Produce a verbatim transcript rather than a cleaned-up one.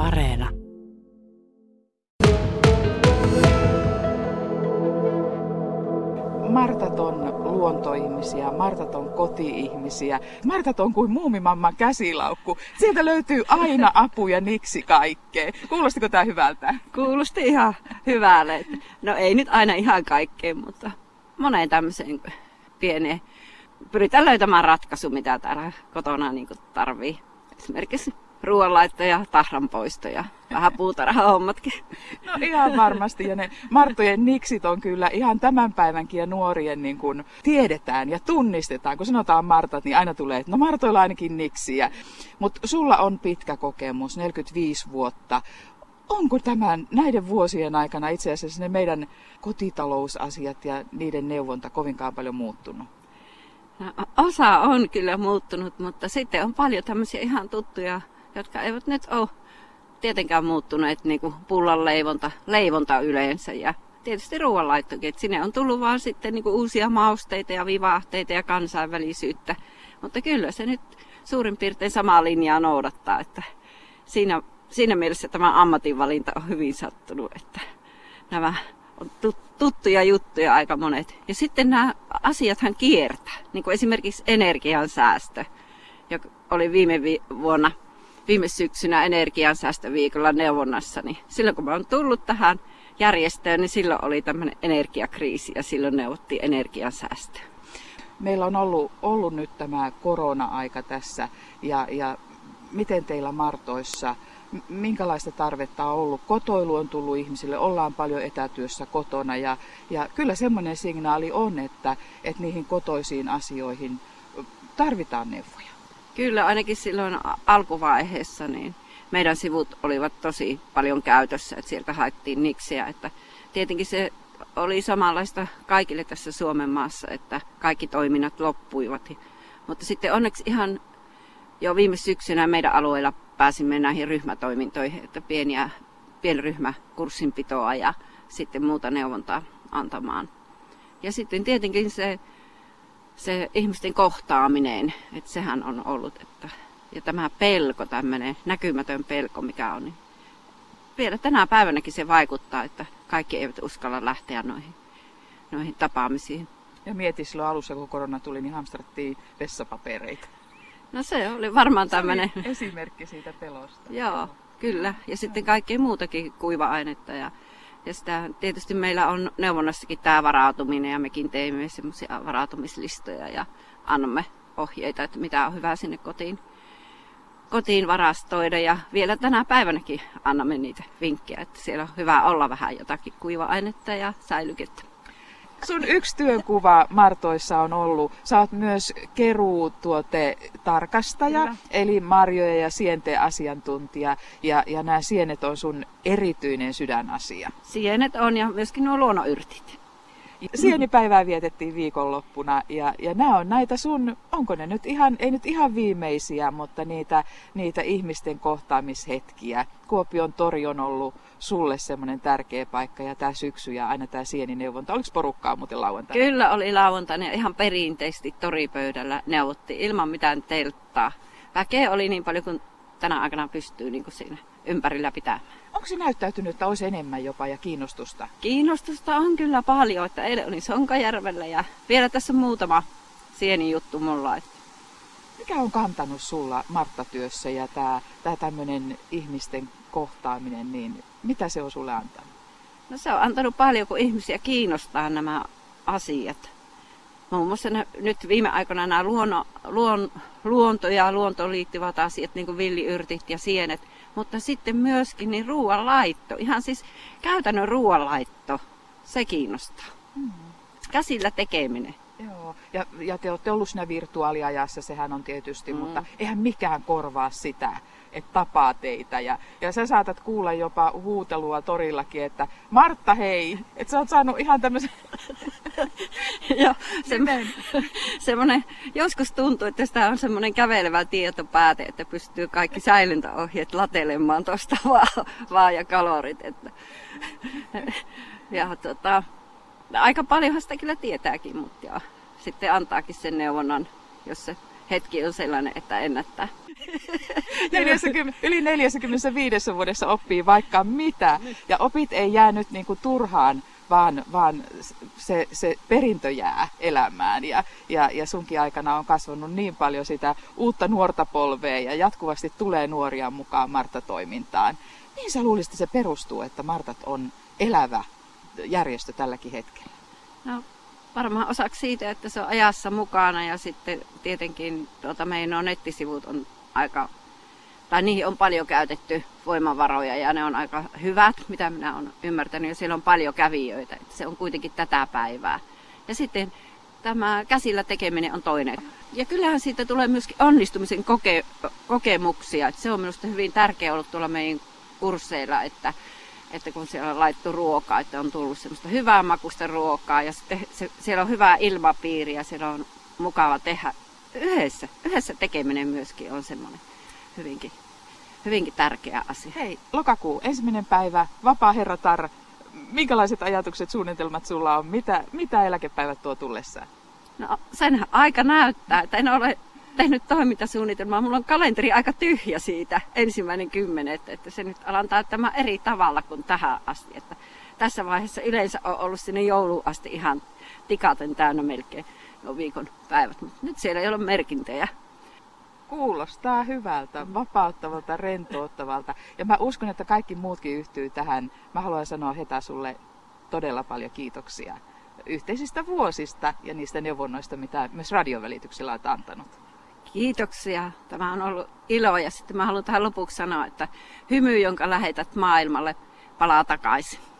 Areena. Martat on luontoihmisiä, Martat on koti-ihmisiä. Martat on kuin muumimamman käsilaukku. Sieltä löytyy aina apu ja niksi kaikkeen. Kuulostiko tää hyvältä? Kuulosti ihan hyvälle. No ei nyt aina ihan kaikkeen, mutta moneen tämmöiseen pieneen. Pyritään löytämään ratkaisu, mitä täällä kotona niin tarvii. Esimerkiksi ruoanlaitto ja tahranpoisto ja vähän puutarhahommatkin. No ihan varmasti. Ja ne Marttojen niksit on kyllä ihan tämän päivänkin ja nuorien niin kuin tiedetään ja tunnistetaan. Kun sanotaan Martat, niin aina tulee, että no Martoilla ainakin niksiä. Mutta sulla on pitkä kokemus, neljäkymmentäviisi vuotta. Onko tämän näiden vuosien aikana itse asiassa ne meidän kotitalousasiat ja niiden neuvonta kovinkaan paljon muuttunut? No, osa on kyllä muuttunut, mutta sitten on paljon tämmöisiä ihan tuttuja, jotka eivät nyt ole tietenkään muuttuneet, niin kuin pullan leivonta, leivonta yleensä ja tietysti ruoanlaittokin. Että sinne on tullut vaan sitten niin kuin uusia mausteita ja vivahteita ja kansainvälisyyttä, mutta kyllä se nyt suurin piirtein samaa linjaa noudattaa, että siinä, siinä mielessä tämä ammatinvalinta on hyvin sattunut, että nämä on tuttuja juttuja aika monet. Ja sitten nämä asiathan kiertää, niin kuin esimerkiksi energiansäästö, joka oli viime vi- vuonna, viime syksynä energiansäästöviikolla neuvonnassa. Niin silloin kun mä oon tullut tähän järjestöön, niin silloin oli tämmöinen energiakriisi ja silloin neuvottiin energiansäästöä. Meillä on ollut, ollut nyt tämä korona-aika tässä ja, ja miten teillä Martoissa, minkälaista tarvetta on ollut? Kotoilu on tullut ihmisille, ollaan paljon etätyössä kotona ja, ja kyllä semmoinen signaali on, että, että niihin kotoisiin asioihin tarvitaan neuvoja. Kyllä, ainakin silloin alkuvaiheessa niin meidän sivut olivat tosi paljon käytössä, että sieltä haettiin niksiä. Että tietenkin se oli samanlaista kaikille tässä Suomen maassa, että kaikki toiminnat loppuivat. Mutta sitten onneksi ihan jo viime syksynä meidän alueella pääsimme näihin ryhmätoimintoihin, että pieniä, pienryhmäkurssinpitoa ja sitten muuta neuvontaa antamaan. Ja sitten tietenkin se, se ihmisten kohtaaminen, että sehän on ollut, että, ja tämä pelko, tämmöinen näkymätön pelko, mikä on, niin vielä tänä päivänäkin se vaikuttaa, että kaikki eivät uskalla lähteä noihin, noihin tapaamisiin. Ja mieti silloin alussa, kun korona tuli, niin hamstrattiin vessapapereita. No se oli varmaan tämmöinen esimerkki siitä pelosta. Joo, kyllä. Ja sitten kaikkea muutakin kuiva-ainetta. Ja, ja sitä, tietysti meillä on neuvonnassakin tämä varautuminen ja mekin teimme semmoisia varautumislistoja ja annamme ohjeita, että mitä on hyvä sinne kotiin, kotiin varastoida. Ja vielä tänä päivänäkin annamme niitä vinkkejä, että siellä on hyvä olla vähän jotakin kuiva-ainetta ja säilykettä. Sun yksi työnkuva Martoissa on ollut, sä oot myös keruutuotetarkastaja, Kyllä. eli marjoja ja sienten asiantuntija, ja, ja nämä sienet on sun erityinen sydänasia. Sienet on ja myöskin nuo luonnonyrtit. Sienipäivää vietettiin viikonloppuna ja, ja nämä on näitä sun, onko ne nyt ihan, ei nyt ihan viimeisiä, mutta niitä, niitä ihmisten kohtaamishetkiä. Kuopion tori on ollut sulle semmoinen tärkeä paikka ja tämä syksy ja aina tämä sienineuvonta. Oliko porukkaa muuten lauantaina? Kyllä oli lauantaina ja ihan perinteisesti toripöydällä neuvottiin ilman mitään telttaa. Väkeä oli niin paljon kuin tänä aikana pystyy niin kuin siinä ympärillä pitämään. Onko se näyttäytynyt, että olisi enemmän jopa ja kiinnostusta? Kiinnostusta on kyllä paljon, että eilen oli Sonkajärvellä ja vielä tässä on muutama sieni juttu mulla. Että... Mikä on kantanut sulla Martta-työssä ja tämä, tämä tämmöinen ihmisten kohtaaminen, niin mitä se on sulle antanut? No se on antanut paljon, kun ihmisiä kiinnostaa nämä asiat. Muun muassa ne, nyt viime aikoina nämä luonno, luon, luonto ja luontoon liittyvät asiat, niin kuin villiyrtit ja sienet, mutta sitten myöskin niin ruoanlaitto, ihan siis käytännön ruoanlaitto, se kiinnostaa. Mm. Käsillä tekeminen. Joo, ja, ja te olette ollut siinä virtuaaliajassa, sehän on tietysti, mm. mutta eihän mikään korvaa sitä, että tapaa teitä. Ja, ja sä saatat kuulla jopa huutelua torillakin, että Martta hei, että sä oot saanut ihan tämmöisen... Joo, semmoinen, joskus tuntuu, että sitä on semmoinen kävelevä tietopääte, että pystyy kaikki säilyntäohjeet latelemaan tuosta vaan, vaan ja kalorit. Että. Ja tota, aika paljonhan sitä kyllä tietääkin, mutta ja, sitten antaakin sen neuvonnan, jos se hetki on sellainen, että ennättää. neljäkymmentä, yli neljässäkymmenessäviidessä vuodessa oppii vaikka mitä. Ja opit ei jää nyt niinku turhaan, vaan, vaan se, se perintö jää elämään. Ja, ja, ja sunkin aikana on kasvanut niin paljon sitä uutta nuorta polvea ja jatkuvasti tulee nuoria mukaan Martta-toimintaan. Mihin sä luulisit, se perustuu, että Martat on elävä järjestö tälläkin hetkellä? No, varmaan osaksi siitä, että se on ajassa mukana ja sitten tietenkin tuota, meidän nettisivut on aika, tai niihin on paljon käytetty voimavaroja ja ne on aika hyvät, mitä minä olen ymmärtänyt, ja siellä on paljon kävijöitä, että se on kuitenkin tätä päivää. Ja sitten tämä käsillä tekeminen on toinen. Ja kyllähän siitä tulee myöskin onnistumisen koke- kokemuksia, että se on minusta hyvin tärkeää ollut tuolla meidän kursseilla, että, että kun siellä on laittu ruokaa, että on tullut semmoista hyvää makuista ruokaa ja sitten se, siellä on hyvää ilmapiiri ja siellä on mukava tehdä yhdessä. Yhdessä tekeminen myöskin on semmoinen hyvinkin, hyvinkin tärkeä asia. Hei, lokakuu, ensimmäinen päivä, vapaa herratar. Minkälaiset ajatukset, suunnitelmat sulla on? Mitä, mitä eläkepäivät tuo tullessaan? No senhän aika näyttää, että en ole tehnyt toimintasuunnitelmaa. Mulla on kalenteri aika tyhjä siitä ensimmäinen kymmenet, että se nyt alan täyttämään eri tavalla kuin tähän asti. Että tässä vaiheessa yleensä on ollut sinne jouluun asti ihan tikaten täynnä melkein no viikon päivät, mutta nyt siellä ei ole merkintöjä. Kuulostaa hyvältä, vapauttavalta, rentouttavalta. Ja mä uskon, että kaikki muutkin yhtyy tähän. Mä haluan sanoa Heta sulle todella paljon kiitoksia yhteisistä vuosista ja niistä neuvonnoista, mitä myös radiovälityksellä olet antanut. Kiitoksia. Tämä on ollut ilo. Ja sitten mä haluan tähän lopuksi sanoa, että hymy, jonka lähetät maailmalle, palaa takaisin.